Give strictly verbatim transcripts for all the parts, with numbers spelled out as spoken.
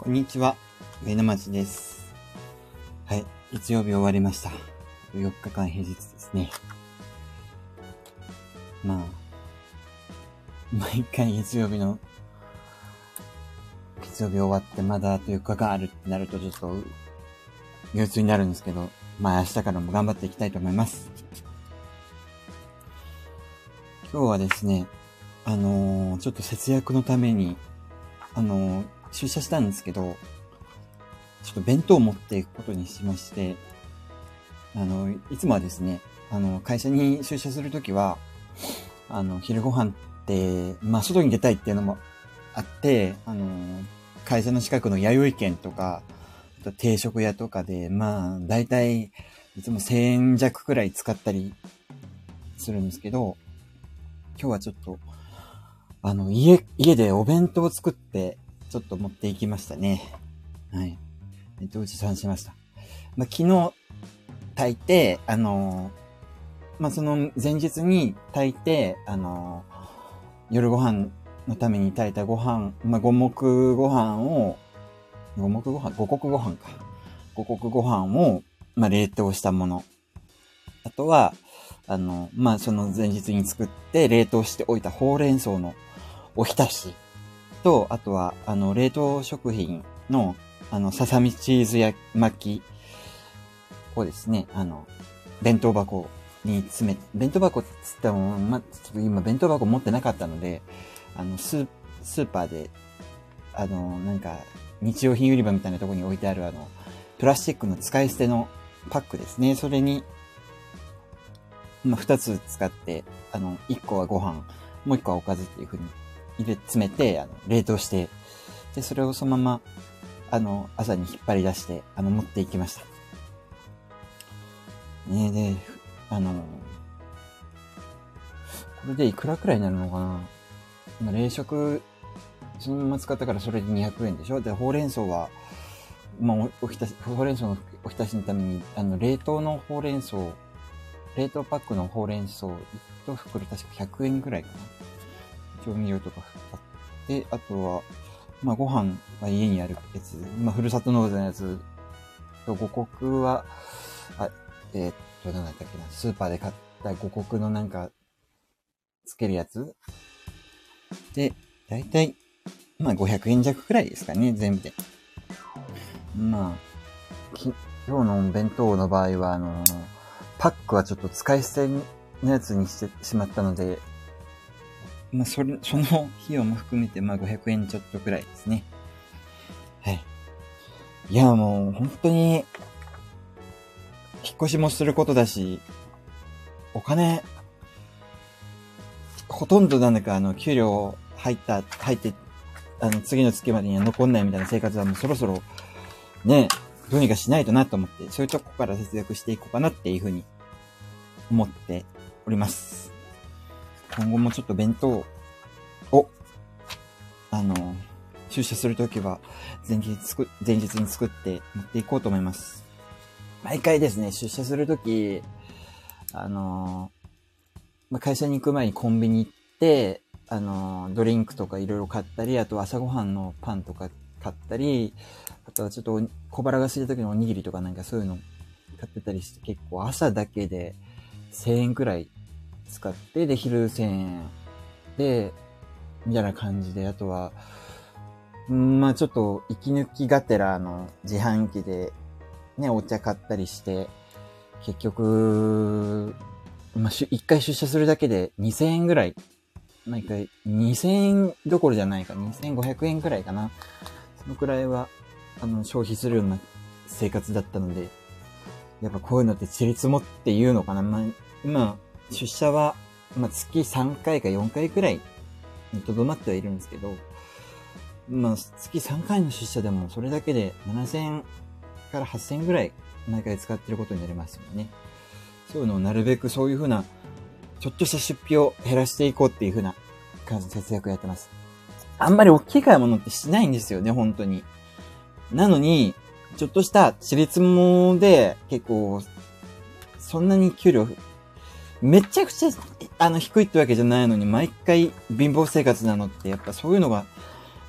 こんにちは、上野町です。はい、月曜日終わりました。よっかかん平日ですね。まあ、毎回月曜日の、月曜日終わってまだあとよっかかんあるってなるとちょっと、憂鬱になるんですけど、まあ明日からも頑張っていきたいと思います。今日はですね、あのー、ちょっと節約のために、あのー、出社したんですけど、ちょっと弁当を持っていくことにしまして、あの、いつもはですね、あの、会社に出社するときは、あの、昼ご飯って、まあ、外に出たいっていうのもあって、あの、会社の近くの弥生県とか、あと定食屋とかで、まあ、だいたい、いつもせんえん弱くらい使ったりするんですけど、今日はちょっと、あの、家、家でお弁当を作って、ちょっと持っていきましたね。はい。弁当持参しました。まあ、昨日、炊いて、あのー、まあ、その前日に炊いて、あのー、夜ご飯のために炊いたご飯、まあ、五目ご飯を、五目ご飯五穀ご飯か。五穀ご飯を、まあ、冷凍したもの。あとは、あの、まあ、その前日に作って冷凍しておいたほうれん草のおひたしと、あとは、あの、冷凍食品の、あの、ささみチーズ焼巻きをですね、あの、弁当箱に詰め、弁当箱って言っても、まあ、ちょっと今弁当箱持ってなかったので、あの、スー、スーパーで、あの、なんか、日用品売り場みたいなところに置いてあるあの、プラスチックの使い捨てのパックですね。それに、まあ、二つ使って、あの、一個はご飯、もう一個はおかずっていう風に入れ、詰めて、あの、冷凍して、で、それをそのまま、あの、朝に引っ張り出して、あの、持っていきました。ねで、あの、これでいくらくらいになるのかな。まあ、冷食、そのまま使ったからそれでにひゃくえんでしょ。で、ほうれん草は、まあ、お、おひたし、ほうれん草のおひたしのために、あの、冷凍のほうれん草、冷凍パックのほうれん草、一袋確かひゃくえんくらいかな。調味料とかあって、あとは、まあ、ご飯は家にあるやつ、まあ、ふるさと納税のやつと、五穀は、あ、えー、っと、なんだったっけな、スーパーで買った五穀のなんか、つけるやつで、だいたい、まあ、ごひゃくえん弱くらいですかね、全部で。まあ、き今日の弁当の場合は、あのー、パックはちょっと使い捨てのやつにしてしまったので、まあ、それ、その費用も含めて、まあ、ごひゃくえんちょっとくらいですね。はい。いや、もう、本当に、引っ越しもすることだし、お金、ほとんどなんだか、あの、給料入った、入って、あの、次の月までには残んないみたいな生活はもうそろそろ、ね、どうにかしないとなと思って、そういうとこから節約していこうかなっていうふうに思っております。今後もちょっと弁当を、あの、出社するときは前日作、前日に作って持っていこうと思います。毎回ですね、出社するとき、あの、まあ、会社に行く前にコンビニ行って、あの、ドリンクとかいろいろ買ったり、あと朝ごはんのパンとか買ったり、あとはちょっと小腹が空いた時のおにぎりとかなんかそういうの買ってたりして、結構朝だけでせんえんくらい使って、で、昼せんえんで、みたいな感じで、あとは、んまあちょっと息抜きがてら、あの、自販機でね、お茶買ったりして、結局、まあ、一回出社するだけでにせんえんぐらい、毎回にせんえんどころじゃないか、にせんごひゃくえんくらいかな。そのくらいは、あの、消費するような生活だったので、やっぱこういうのってちりつもっていうのかな。まあ、今、出社は、まあ、月さんかいかよんかいくらいにとどまってはいるんですけど、まあ、月さんかいの出社でもそれだけでななせんえんからはっせんえんぐらい毎回使ってることになりますよね。そういうのをなるべくそういう風な、ちょっとした出費を減らしていこうっていう風な感じの節約やってます。あんまり大きい買い物ってしないんですよね、本当に。なのに、ちょっとしたちりつもで結構、そんなに給料、めちゃくちゃ、あの、低いってわけじゃないのに、毎回貧乏生活なのって、やっぱそういうのが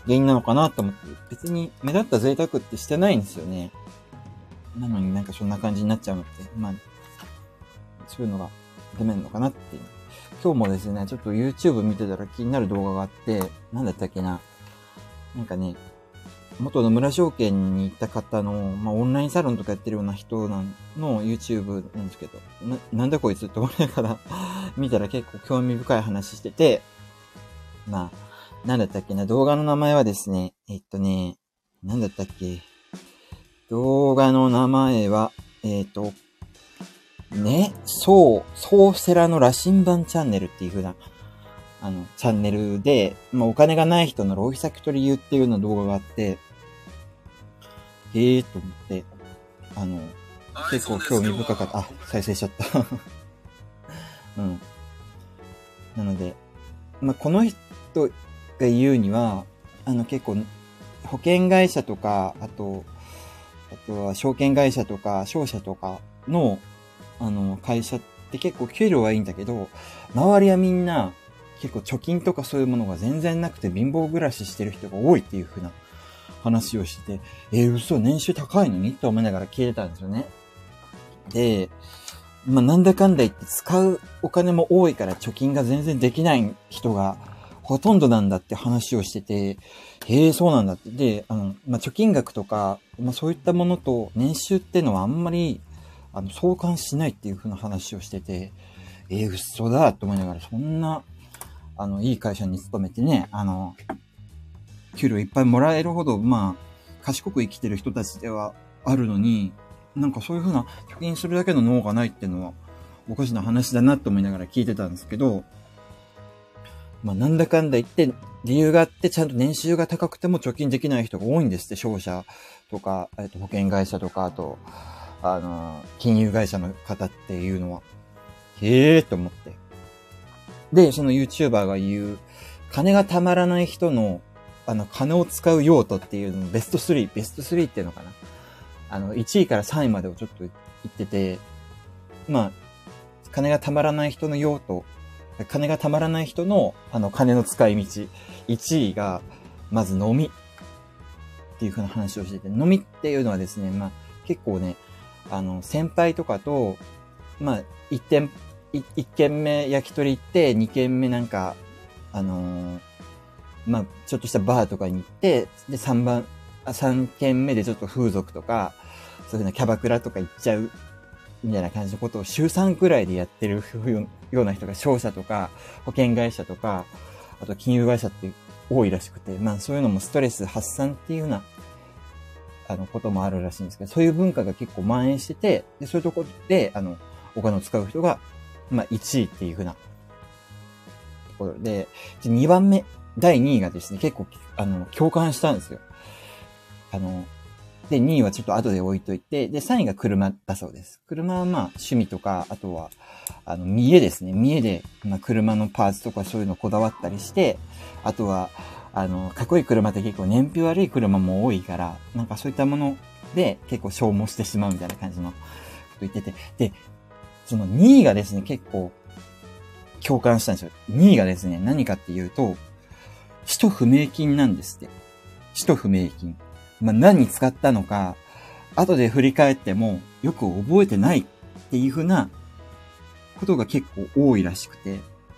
原因なのかなと思って、別に目立った贅沢ってしてないんですよね。なのになんかそんな感じになっちゃうのって、まあ、そういうのがダメなのかなっていう。今日もですね、ちょっと YouTube 見てたら気になる動画があって、なんだったっけな。なんかね、元野村証券に行った方の、まあ、オンラインサロンとかやってるような人の YouTube なんですけど、な、なんだこいつって思いながら見たら結構興味深い話してて、まあ、なんだったっけな、動画の名前はですね、えっとね、なんだったっけ、動画の名前は、えっと、ね、そう、そうセラの羅針盤チャンネルっていう風な、あの、チャンネルで、まあ、お金がない人の浪費先と理由っていうような動画があって、へえーと思って、あの、結構興味深かった。あ、再生しちゃった。うん。なので、まあ、この人が言うには、あの結構、保険会社とか、あと、あとは証券会社とか、商社とかの、あの、会社って結構給料はいいんだけど、周りはみんな結構貯金とかそういうものが全然なくて貧乏暮らししてる人が多いっていう風な話をしてて、えー、嘘、年収高いのにと思いながら聞いてたんですよね。で、まあ、なんだかんだ言って使うお金も多いから貯金が全然できない人がほとんどなんだって話をしてて、へえ、そうなんだって。で、あの、まあ、貯金額とか、まあ、そういったものと年収っていうのはあんまり、あの、相関しないっていう風な話をしてて、えー、嘘だと思いながら、そんな、あの、いい会社に勤めてね、あの、給料いっぱいもらえるほど、まあ、賢く生きてる人たちではあるのに、なんかそういう風な貯金するだけの脳がないっていうのは、おかしな話だなと思いながら聞いてたんですけど、まあなんだかんだ言って理由があってちゃんと年収が高くても貯金できない人が多いんですって、商社とか、えっと保険会社とか、あと、あの、金融会社の方っていうのは。へえーと思って。で、その YouTuber が言う、金がたまらない人の、あの、金を使う用途っていうのベストスリー、ベストスリーっていうのかな。あの、いちいからさんいまでをちょっと言ってて、まあ、金がたまらない人の用途、金がたまらない人の、あの、金の使い道。いちいが、まず飲み。っていう風な話をしてて、飲みっていうのはですね、まあ、結構ね、あの、先輩とかと、まあ、一点、一軒目焼き鳥行って、二軒目なんか、あのー、まあ、ちょっとしたバーとかに行って、で、三番、あ、三軒目でちょっと風俗とか、そういうふうなキャバクラとか行っちゃう、みたいな感じのことを週さんくらいでやってるような人が商社とか、保険会社とか、あと金融会社って多いらしくて、まあそういうのもストレス発散っていうような、あの、こともあるらしいんですけど、そういう文化が結構蔓延してて、で、そういうところで、あの、お金を使う人が、まあいちいっていうふうな、ところで、でにばんめ、だいにいがですね、結構、あの、共感したんですよ。あの、で、にいはちょっと後で置いといて、で、さんいが車だそうです。車はまあ趣味とか、あとは、あの、見栄ですね。見栄で、まあ車のパーツとかそういうのこだわったりして、あとは、あの、かっこいい車って結構燃費悪い車も多いから、なんかそういったもので結構消耗してしまうみたいな感じのこと言ってて、で、そのにいがですね、結構共感したんですよ。にいがですね、何かっていうと、使途不明金なんですって。使途不明金。まあ、何に使ったのか、後で振り返ってもよく覚えてないっていう風なことが結構多いらしくて、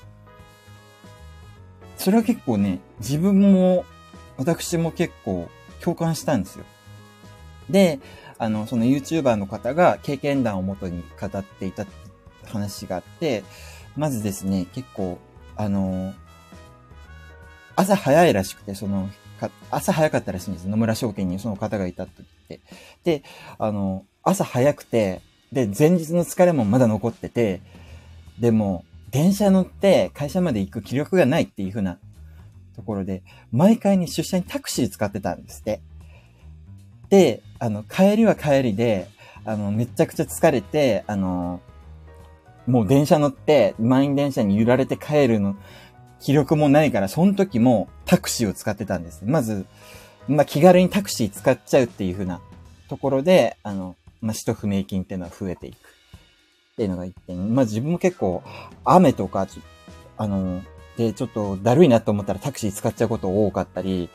それは結構ね、自分も、私も結構共感したんですよ。で、あの、その YouTuber の方が経験談をもとに語っていた話があって、まずですね、結構、あの、朝早いらしくて、その、朝早かったらしいんです。野村証券にその方がいた時って。で、あの、朝早くて、で、前日の疲れもまだ残ってて、でも、電車乗って会社まで行く気力がないっていう風なところで、毎回に出社にタクシー使ってたんですって。で、あの、帰りは帰りで、あの、めちゃくちゃ疲れて、あの、もう電車乗って、満員電車に揺られて帰るの、気力もないから、その時もタクシーを使ってたんです。まず、まあ、気軽にタクシー使っちゃうっていう風なところで、あの、まあ、使途不明金っていうのは増えていく。っていうのが一点。まあ、自分も結構、雨とか、あの、で、ちょっとだるいなと思ったらタクシー使っちゃうこと多かったり、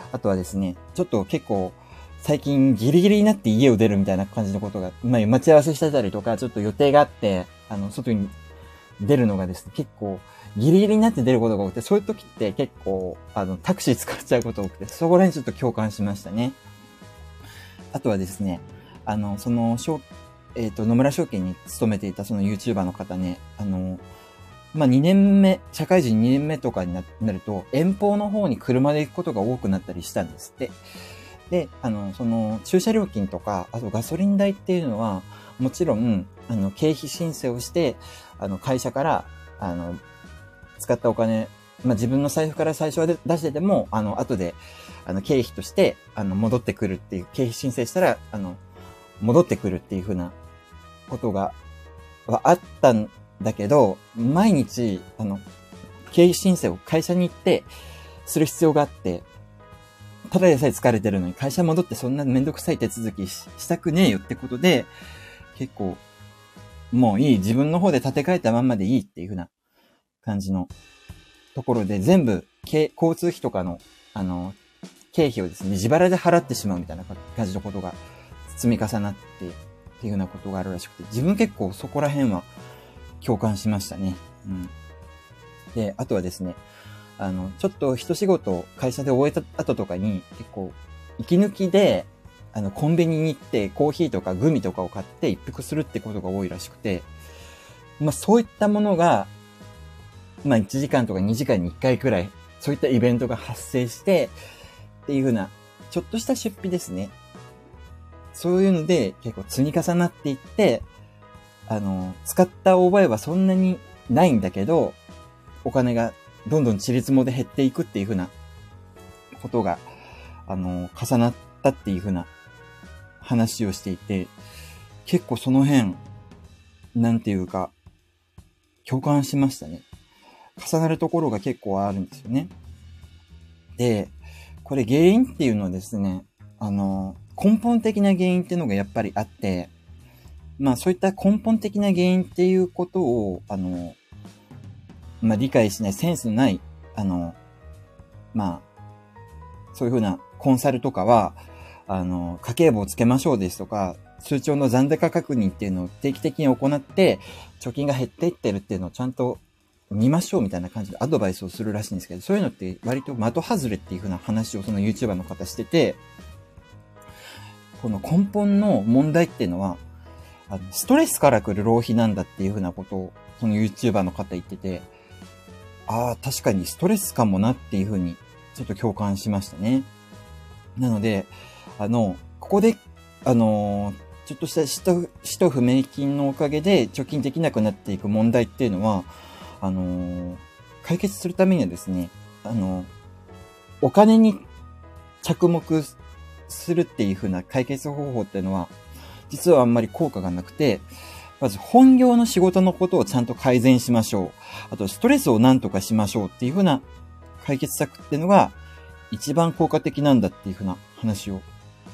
あとはですね、ちょっと結構、最近ギリギリになって家を出るみたいな感じのことが、まあ、待ち合わせしてたりとか、ちょっと予定があって、あの、外に出るのがですね、結構、ギリギリになって出ることが多くて、そういう時って結構、あの、タクシー使っちゃうことが多くて、そこら辺ちょっと共感しましたね。あとはですね、あの、その、えっと、野村証券に勤めていたその YouTuber の方ね、あの、まあ、にねんめ、社会人にねんめとかになると、遠方の方に車で行くことが多くなったりしたんですって。で、あの、その、駐車料金とか、あとガソリン代っていうのは、もちろん、あの、経費申請をして、あの、会社から、あの、使ったお金、まあ、自分の財布から最初は出してても、あの、後で、あの、経費として、あの、戻ってくるっていう、経費申請したら、あの、戻ってくるっていう風なことが、はあったんだけど、毎日、あの、経費申請を会社に行って、する必要があって、ただでさえ疲れてるのに会社戻ってそんなめんどくさい手続き し, したくねえよってことで、結構、もういい、自分の方で立て替えたまんまでいいっていう風な感じのところで、全部、交通費とかの、あの、経費をですね、自腹で払ってしまうみたいな感じのことが積み重なって、っていうようなことがあるらしくて、自分結構そこら辺は共感しましたね。うん。で、あとはですね、あの、ちょっと一仕事会社で終えた後とかに結構息抜きで、あの、コンビニに行ってコーヒーとかグミとかを買って一服するってことが多いらしくて、まあそういったものが、まあいちじかんとかにじかんにいっかいくらい、そういったイベントが発生して、っていう風な、ちょっとした出費ですね。そういうので結構積み重なっていって、あの、使った覚えはそんなにないんだけど、お金がどんどんちりつもで減っていくっていう風なことが、あの、重なったっていう風な話をしていて、結構その辺、なんていうか、共感しましたね。重なるところが結構あるんですよね。で、これ原因っていうのはですね、あの、根本的な原因っていうのがやっぱりあって、まあそういった根本的な原因っていうことを、あの、まあ理解しない、センスのない、あの、まあ、そういうふうなコンサルとかは、あの、家計簿をつけましょうですとか、通帳の残高確認っていうのを定期的に行って、貯金が減っていってるっていうのをちゃんと見ましょうみたいな感じでアドバイスをするらしいんですけど、そういうのって割と的外れっていうふうな話をその YouTuber の方してて、この根本の問題っていうのは、あのストレスから来る浪費なんだっていうふうなことをその YouTuber の方言ってて、ああ、確かにストレスかもなっていうふうにちょっと共感しましたね。なので、あの、ここで、あの、ちょっとした使途、使途不明金のおかげで貯金できなくなっていく問題っていうのは、あの、解決するためにはですね、あの、お金に着目するっていう風な解決方法っていうのは、実はあんまり効果がなくて、まず本業の仕事のことをちゃんと改善しましょう。あとストレスを何とかしましょうっていう風な解決策っていうのが一番効果的なんだっていう風な話を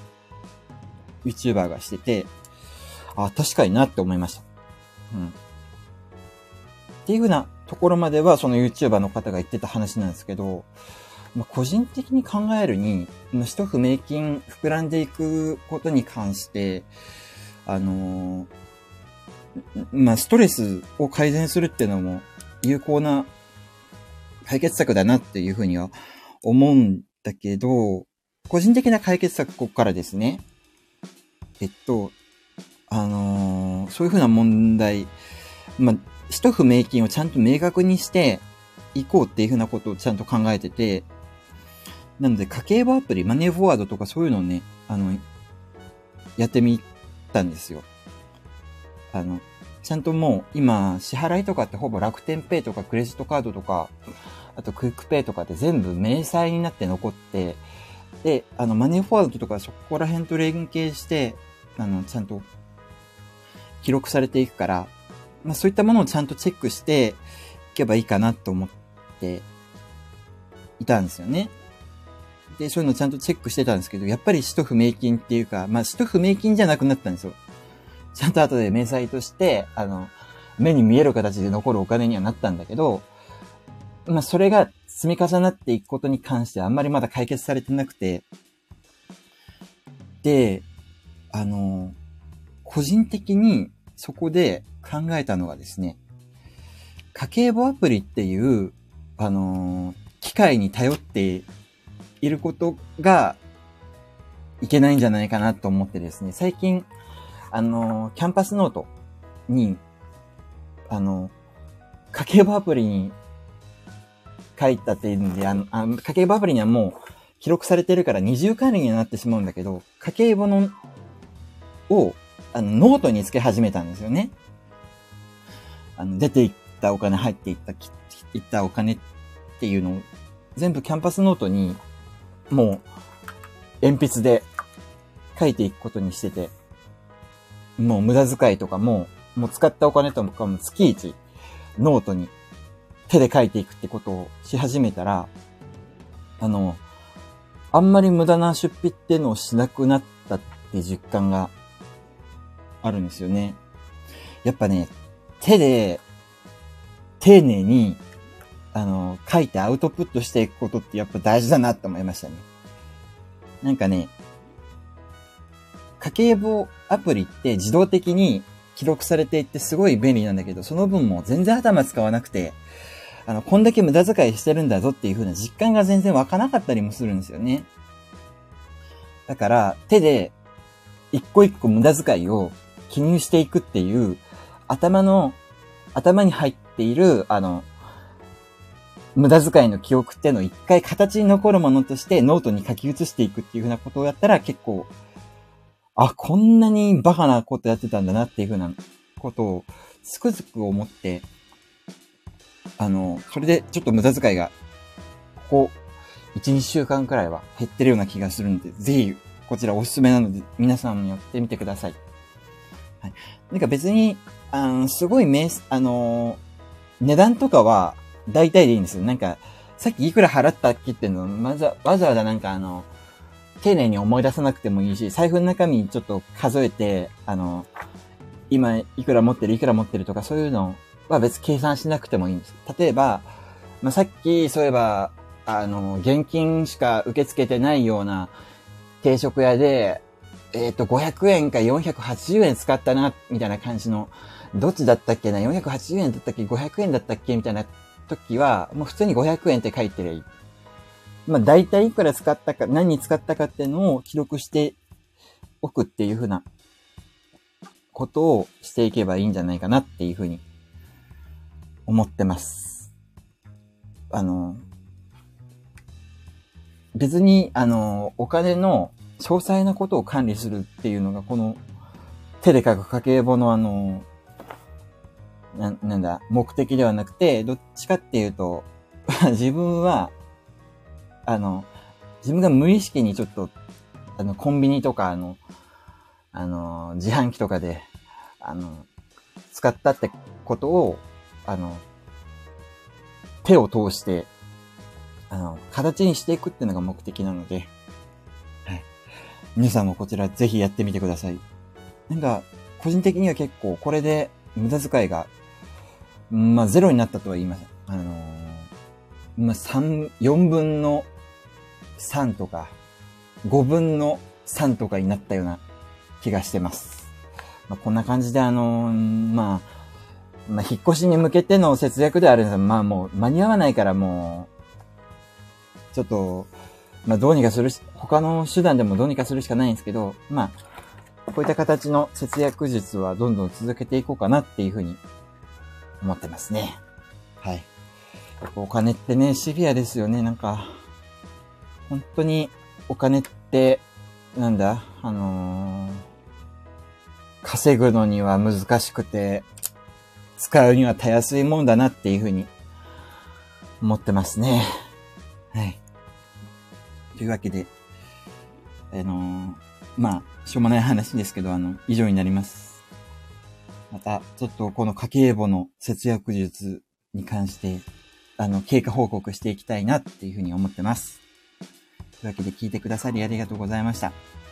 YouTuber がしてて、あ、確かになって思いました。うん。っていう風なところまではその YouTuber の方が言ってた話なんですけど、まあ、個人的に考えるに、使途不明金膨らんでいくことに関して、あのー、まあ、ストレスを改善するっていうのも有効な解決策だなっていうふうには思うんだけど、個人的な解決策ここからですね。えっと、あのー、そういうふうな問題、まあ、使途不明金をちゃんと明確にしていこうっていうふうなことをちゃんと考えてて、なので家計簿アプリ、マネーフォワードとかそういうのをね、あの、やってみたんですよ。あの、ちゃんともう今支払いとかってほぼ楽天ペイとかクレジットカードとか、あとクイックペイとかって全部明細になって残って、で、あのマネーフォワードとかそこら辺と連携して、あの、ちゃんと記録されていくから、まあそういったものをちゃんとチェックしていけばいいかなと思っていたんですよね。で、そういうのをちゃんとチェックしてたんですけど、やっぱり使途不明金っていうか、まあ使途不明金じゃなくなったんですよ。ちゃんと後で明細として、あの、目に見える形で残るお金にはなったんだけど、まあそれが積み重なっていくことに関してはあんまりまだ解決されてなくて、で、あの、個人的にそこで考えたのがですね、家計簿アプリっていう、あの、機械に頼っていることがいけないんじゃないかなと思ってですね、最近、あの、キャンパスノートに、あの、家計簿アプリに書いたっていうんで、あの、あ家計簿アプリにはもう記録されてるから二重管理になってしまうんだけど、家計簿の、を、あの、ノートにつけ始めたんですよね。あの、出ていったお金、入っていった、いったお金っていうのを、全部キャンパスノートに、もう、鉛筆で書いていくことにしてて、もう無駄遣いとかも、もう使ったお金とかも月一、ノートに手で書いていくってことをし始めたら、あの、あんまり無駄な出費っていうのをしなくなったって実感があるんですよね。やっぱね、手で丁寧にあの書いてアウトプットしていくことってやっぱ大事だなって思いましたね。なんかね、家計簿アプリって自動的に記録されていってすごい便利なんだけど、その分も全然頭使わなくて、あの、こんだけ無駄遣いしてるんだぞっていう風な実感が全然湧かなかったりもするんですよね。だから、手で一個一個無駄遣いを記入していくっていう、頭の、頭に入っている、あの、無駄遣いの記憶っていうのを一回形に残るものとしてノートに書き写していくっていう風なことをやったら結構、あ、こんなにバカなことやってたんだなっていう風なことをつくづく思って、あの、それでちょっと無駄遣いが、ここ、いち、にしゅうかんくらいは減ってるような気がするので、ぜひ、こちらおすすめなので、皆さんもやってみてください。はい。なんか別に、あの、すごい名、あの、値段とかは、大体でいいんですよ。なんか、さっきいくら払ったっけっていうのを、まずは、わざわざなんかあの、丁寧に思い出さなくてもいいし、財布の中身ちょっと数えて、あの、今いくら持ってる、いくら持ってるとか、そういうのは別に計算しなくてもいいんです。例えば、まあ、さっき、そういえば、あの、現金しか受け付けてないような定食屋で、えっと、ごひゃくえんかよんひゃくはちじゅうえん使ったな、みたいな感じの、どっちだったっけな、よんひゃくはちじゅうえんだったっけ、ごひゃくえんだったっけみたいな時は、もう普通にごひゃくえんって書いてりゃいい。まあ、大体いくら使ったか、何に使ったかっていうのを記録しておくっていう風なことをしていけばいいんじゃないかなっていう風に思ってます。あの、別に、あの、お金の詳細なことを管理するっていうのが、この手で書く家計簿のあの、な、なんだ、目的ではなくて、どっちかっていうと、自分は、あの、自分が無意識にちょっと、あの、コンビニとか、あの、あの、自販機とかで、あの、使ったってことを、あの、手を通して、あの、形にしていくっていうのが目的なので、はい。皆さんもこちらぜひやってみてください。なんか、個人的には結構これで無駄遣いが、まあゼロになったとは言いません。あのー、まあ三、四分の三とか、五分の三とかになったような気がしてます。まあ、こんな感じであのー、まあ、まあ、引っ越しに向けての節約ではあるんですが、まあもう間に合わないからもう、ちょっと、まあどうにかするし、他の手段でもどうにかするしかないんですけど、まあ、こういった形の節約術はどんどん続けていこうかなっていうふうに思ってますね。はい。やっぱお金ってね、シビアですよね。なんか、本当にお金って、なんだ、あのー、稼ぐのには難しくて、使うにはたやすいもんだなっていうふうに思ってますね。はい。というわけで、あのー、まあ、しょうもない話ですけど、あの、以上になります。また、ちょっとこの家計簿の節約術に関して、あの、経過報告していきたいなっていうふうに思ってます。というわけで聞いてくださりありがとうございました。